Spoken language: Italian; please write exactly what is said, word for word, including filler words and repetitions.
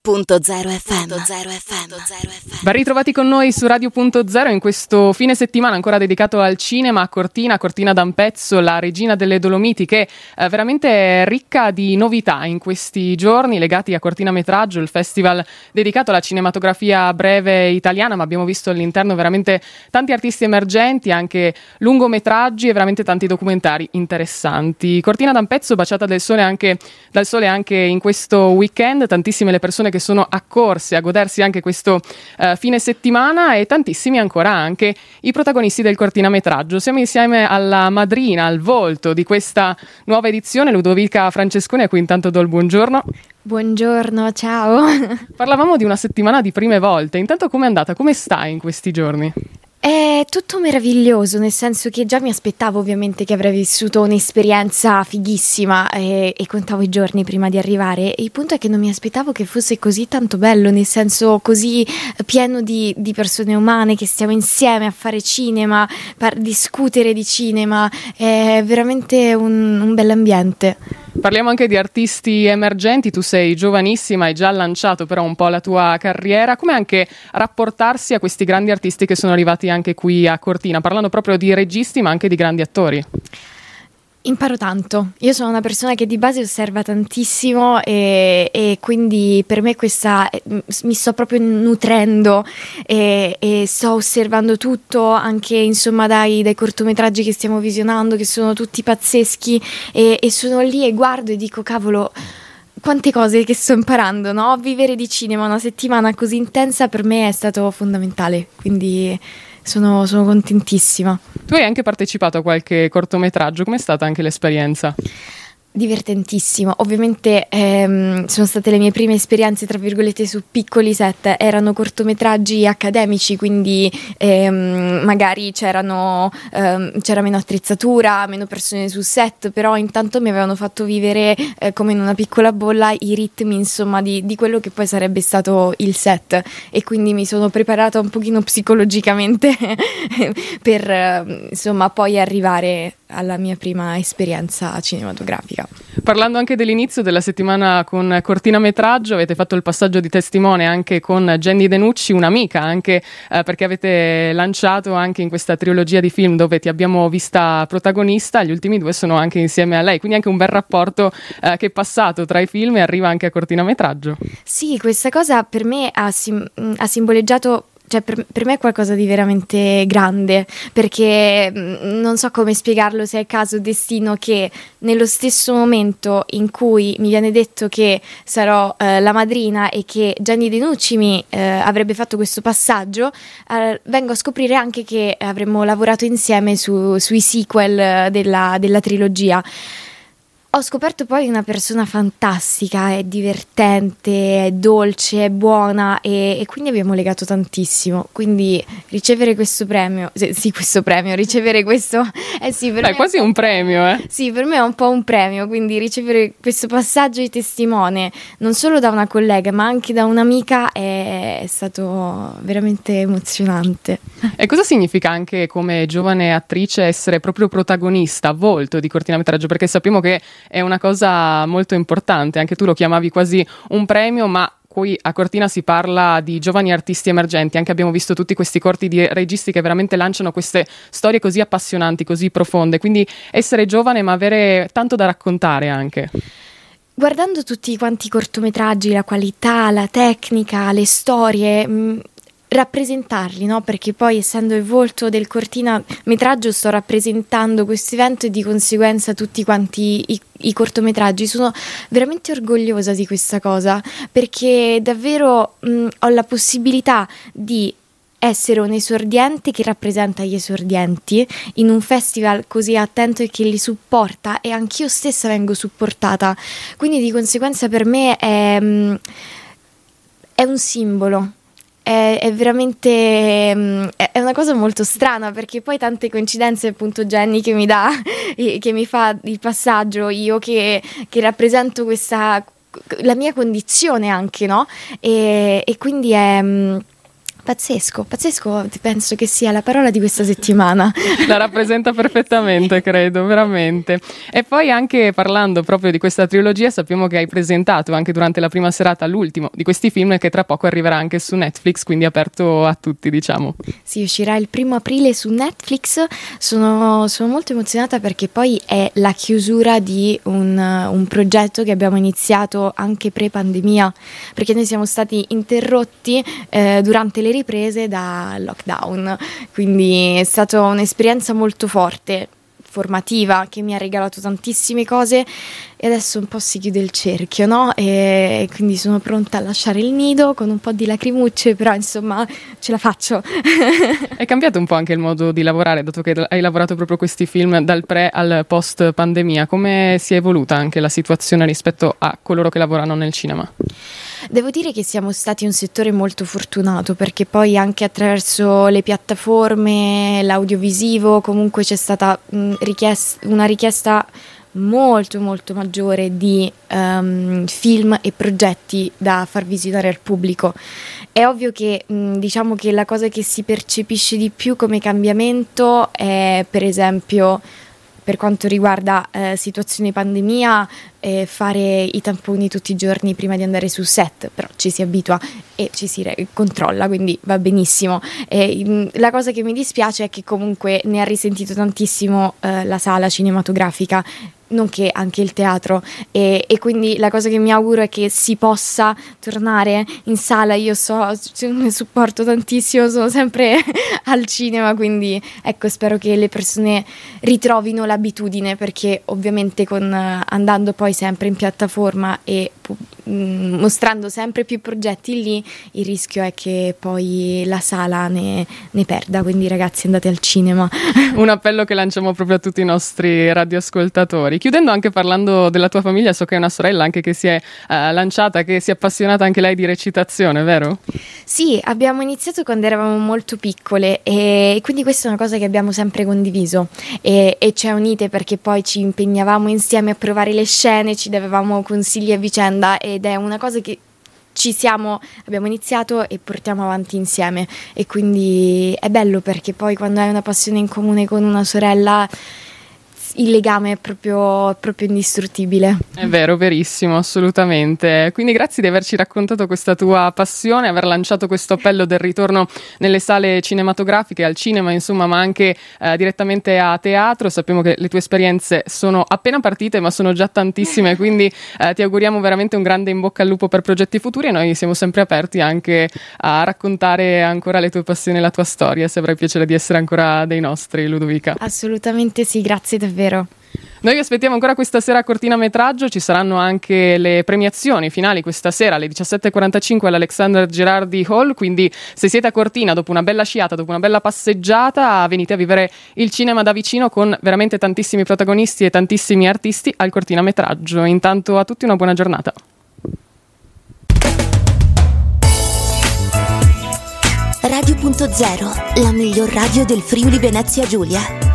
Punto zero F M. Punto zero F M. Ben ritrovati con noi su Radio Punto Zero in questo fine settimana ancora dedicato al cinema a Cortina, Cortina d'Ampezzo, la regina delle Dolomiti, che è veramente ricca di novità in questi giorni legati a Cortina Metraggio, il festival dedicato alla cinematografia breve italiana, ma abbiamo visto all'interno veramente tanti artisti emergenti, anche lungometraggi e veramente tanti documentari interessanti. Cortina d'Ampezzo baciata del sole anche, dal sole anche in questo weekend, tantissime le persone che sono accorse a godersi anche questo uh, fine settimana e tantissimi ancora anche i protagonisti del cortinametraggio. Siamo insieme alla madrina, al volto di questa nuova edizione, Ludovica Francesconi, a cui intanto do il buongiorno. Buongiorno, ciao. Parlavamo di una settimana di prime volte, intanto com'è andata? Come stai in questi giorni? È tutto meraviglioso, nel senso che già mi aspettavo ovviamente che avrei vissuto un'esperienza fighissima e, e contavo i giorni prima di arrivare. Il punto è che non mi aspettavo che fosse così tanto bello, nel senso così pieno di, di persone umane che stiamo insieme a fare cinema, per discutere di cinema. È veramente un, un bell'ambiente. Parliamo anche di artisti emergenti, tu sei giovanissima, hai già lanciato però un po' la tua carriera, come anche rapportarsi a questi grandi artisti che sono arrivati anche qui a Cortina, parlando proprio di registi ma anche di grandi attori? Imparo tanto, io sono una persona che di base osserva tantissimo e, e quindi per me questa mi sto proprio nutrendo e, e sto osservando tutto, anche insomma dai, dai cortometraggi che stiamo visionando, che sono tutti pazzeschi, e, e sono lì e guardo e dico cavolo, quante cose che sto imparando, no? Vivere di cinema una settimana così intensa per me è stato fondamentale, quindi sono, sono contentissima. Tu hai anche partecipato a qualche cortometraggio, com'è stata anche l'esperienza? Divertentissimo, ovviamente ehm, sono state le mie prime esperienze tra virgolette su piccoli set, erano cortometraggi accademici, quindi ehm, magari c'erano ehm, c'era meno attrezzatura, meno persone sul set, però intanto mi avevano fatto vivere eh, come in una piccola bolla i ritmi insomma di, di quello che poi sarebbe stato il set, e quindi mi sono preparata un pochino psicologicamente per eh, insomma poi arrivare alla mia prima esperienza cinematografica. Parlando anche dell'inizio della settimana con Cortina Metraggio, avete fatto il passaggio di testimone anche con Jenny Denucci, un'amica, anche eh, perché avete lanciato anche in questa trilogia di film dove ti abbiamo vista protagonista, gli ultimi due sono anche insieme a lei, quindi anche un bel rapporto eh, che è passato tra i film e arriva anche a Cortina Metraggio. Sì, questa cosa per me ha, sim- ha simboleggiato, cioè per, per me è qualcosa di veramente grande, perché mh, non so come spiegarlo, se è caso o destino che nello stesso momento in cui mi viene detto che sarò eh, la madrina e che Jenny Denucci mi eh, avrebbe fatto questo passaggio, eh, vengo a scoprire anche che avremmo lavorato insieme su, sui sequel della, della trilogia. Ho scoperto poi una persona fantastica, è divertente, è dolce, è buona, e, e quindi abbiamo legato tantissimo. Quindi ricevere questo premio, sì, questo premio, ricevere questo, eh sì, per Beh, me è quasi un, un premio, eh? Sì, per me è un po' un premio, quindi ricevere questo passaggio di testimone, non solo da una collega, ma anche da un'amica, è, è stato veramente emozionante. E cosa significa anche come giovane attrice essere proprio protagonista, volto di cortinametraggio? Perché sappiamo che è una cosa molto importante, anche tu lo chiamavi quasi un premio, ma qui a Cortina si parla di giovani artisti emergenti, anche abbiamo visto tutti questi corti di registi che veramente lanciano queste storie così appassionanti, così profonde, quindi essere giovane ma avere tanto da raccontare anche. Guardando tutti quanti i cortometraggi, la qualità, la tecnica, le storie, mh, rappresentarli, no? Perché poi essendo il volto del cortinametraggio sto rappresentando questo evento e di conseguenza tutti quanti i, i cortometraggi. Sono veramente orgogliosa di questa cosa, perché davvero mh, ho la possibilità di essere un esordiente che rappresenta gli esordienti in un festival così attento e che li supporta, e anch'io stessa vengo supportata, quindi di conseguenza per me è, mh, è un simbolo. È, è veramente mh, è una cosa molto strana, perché poi tante coincidenze, appunto Jenny che mi dà che mi fa il passaggio, io che, che rappresento questa la mia condizione anche, no? E, e quindi è mh, Pazzesco, pazzesco, penso che sia la parola di questa settimana. La rappresenta perfettamente, credo, veramente. E poi anche parlando proprio di questa trilogia, sappiamo che hai presentato anche durante la prima serata l'ultimo di questi film che tra poco arriverà anche su Netflix, quindi aperto a tutti, diciamo. Sì, uscirà il primo aprile su Netflix, sono, sono molto emozionata perché poi è la chiusura di un, un progetto che abbiamo iniziato anche pre-pandemia, perché noi siamo stati interrotti eh, durante le riprese da lockdown, quindi è stata un'esperienza molto forte, formativa, che mi ha regalato tantissime cose e adesso un po' si chiude il cerchio, no? E quindi sono pronta a lasciare il nido con un po' di lacrimucce, però insomma ce la faccio. È cambiato un po' anche il modo di lavorare, dato che hai lavorato proprio questi film dal pre al post pandemia, come si è evoluta anche la situazione rispetto a coloro che lavorano nel cinema? Devo dire che siamo stati un settore molto fortunato, perché poi anche attraverso le piattaforme, l'audiovisivo, comunque c'è stata mh, richiesta, una richiesta molto molto maggiore di um, film e progetti da far visitare al pubblico. È ovvio che mh, diciamo che la cosa che si percepisce di più come cambiamento è, per esempio, per quanto riguarda eh, situazione pandemia, eh, fare i tamponi tutti i giorni prima di andare sul set, però ci si abitua e ci si re- controlla, quindi va benissimo. E, mh, la cosa che mi dispiace è che comunque ne ha risentito tantissimo eh, la sala cinematografica, nonché anche il teatro, e, e quindi la cosa che mi auguro è che si possa tornare in sala. Io so, ne supporto tantissimo, sono sempre al cinema, quindi ecco, spero che le persone ritrovino l'abitudine, perché ovviamente con andando poi sempre in piattaforma e mh, mostrando sempre più progetti lì, il rischio è che poi la sala ne, ne perda, quindi ragazzi, andate al cinema. Un appello che lanciamo proprio a tutti i nostri radioascoltatori. Chiudendo anche parlando della tua famiglia, so che hai una sorella anche che si è uh, lanciata, che si è appassionata anche lei di recitazione, vero? Sì, abbiamo iniziato quando eravamo molto piccole e quindi questa è una cosa che abbiamo sempre condiviso e, e ci ha unite, perché poi ci impegnavamo insieme a provare le scene, ci davamo consigli a vicenda ed è una cosa che ci siamo, abbiamo iniziato e portiamo avanti insieme, e quindi è bello, perché poi quando hai una passione in comune con una sorella il legame è proprio, proprio indistruttibile. È vero, verissimo, assolutamente. Quindi grazie di averci raccontato questa tua passione, aver lanciato questo appello del ritorno nelle sale cinematografiche, al cinema insomma, ma anche eh, direttamente a teatro. Sappiamo che le tue esperienze sono appena partite, ma sono già tantissime, quindi eh, ti auguriamo veramente un grande in bocca al lupo per progetti futuri, e noi siamo sempre aperti anche a raccontare ancora le tue passioni e la tua storia, se avrai piacere di essere ancora dei nostri, Ludovica. Assolutamente sì, grazie davvero. Noi vi aspettiamo ancora questa sera a Cortina Metraggio, ci saranno anche le premiazioni finali questa sera alle diciassette e quarantacinque all'Alexander Gerardi Hall, quindi se siete a Cortina dopo una bella sciata, dopo una bella passeggiata, venite a vivere il cinema da vicino con veramente tantissimi protagonisti e tantissimi artisti al Cortina Metraggio. Intanto a tutti una buona giornata. Radio punto zero, la miglior radio del Friuli Venezia Giulia.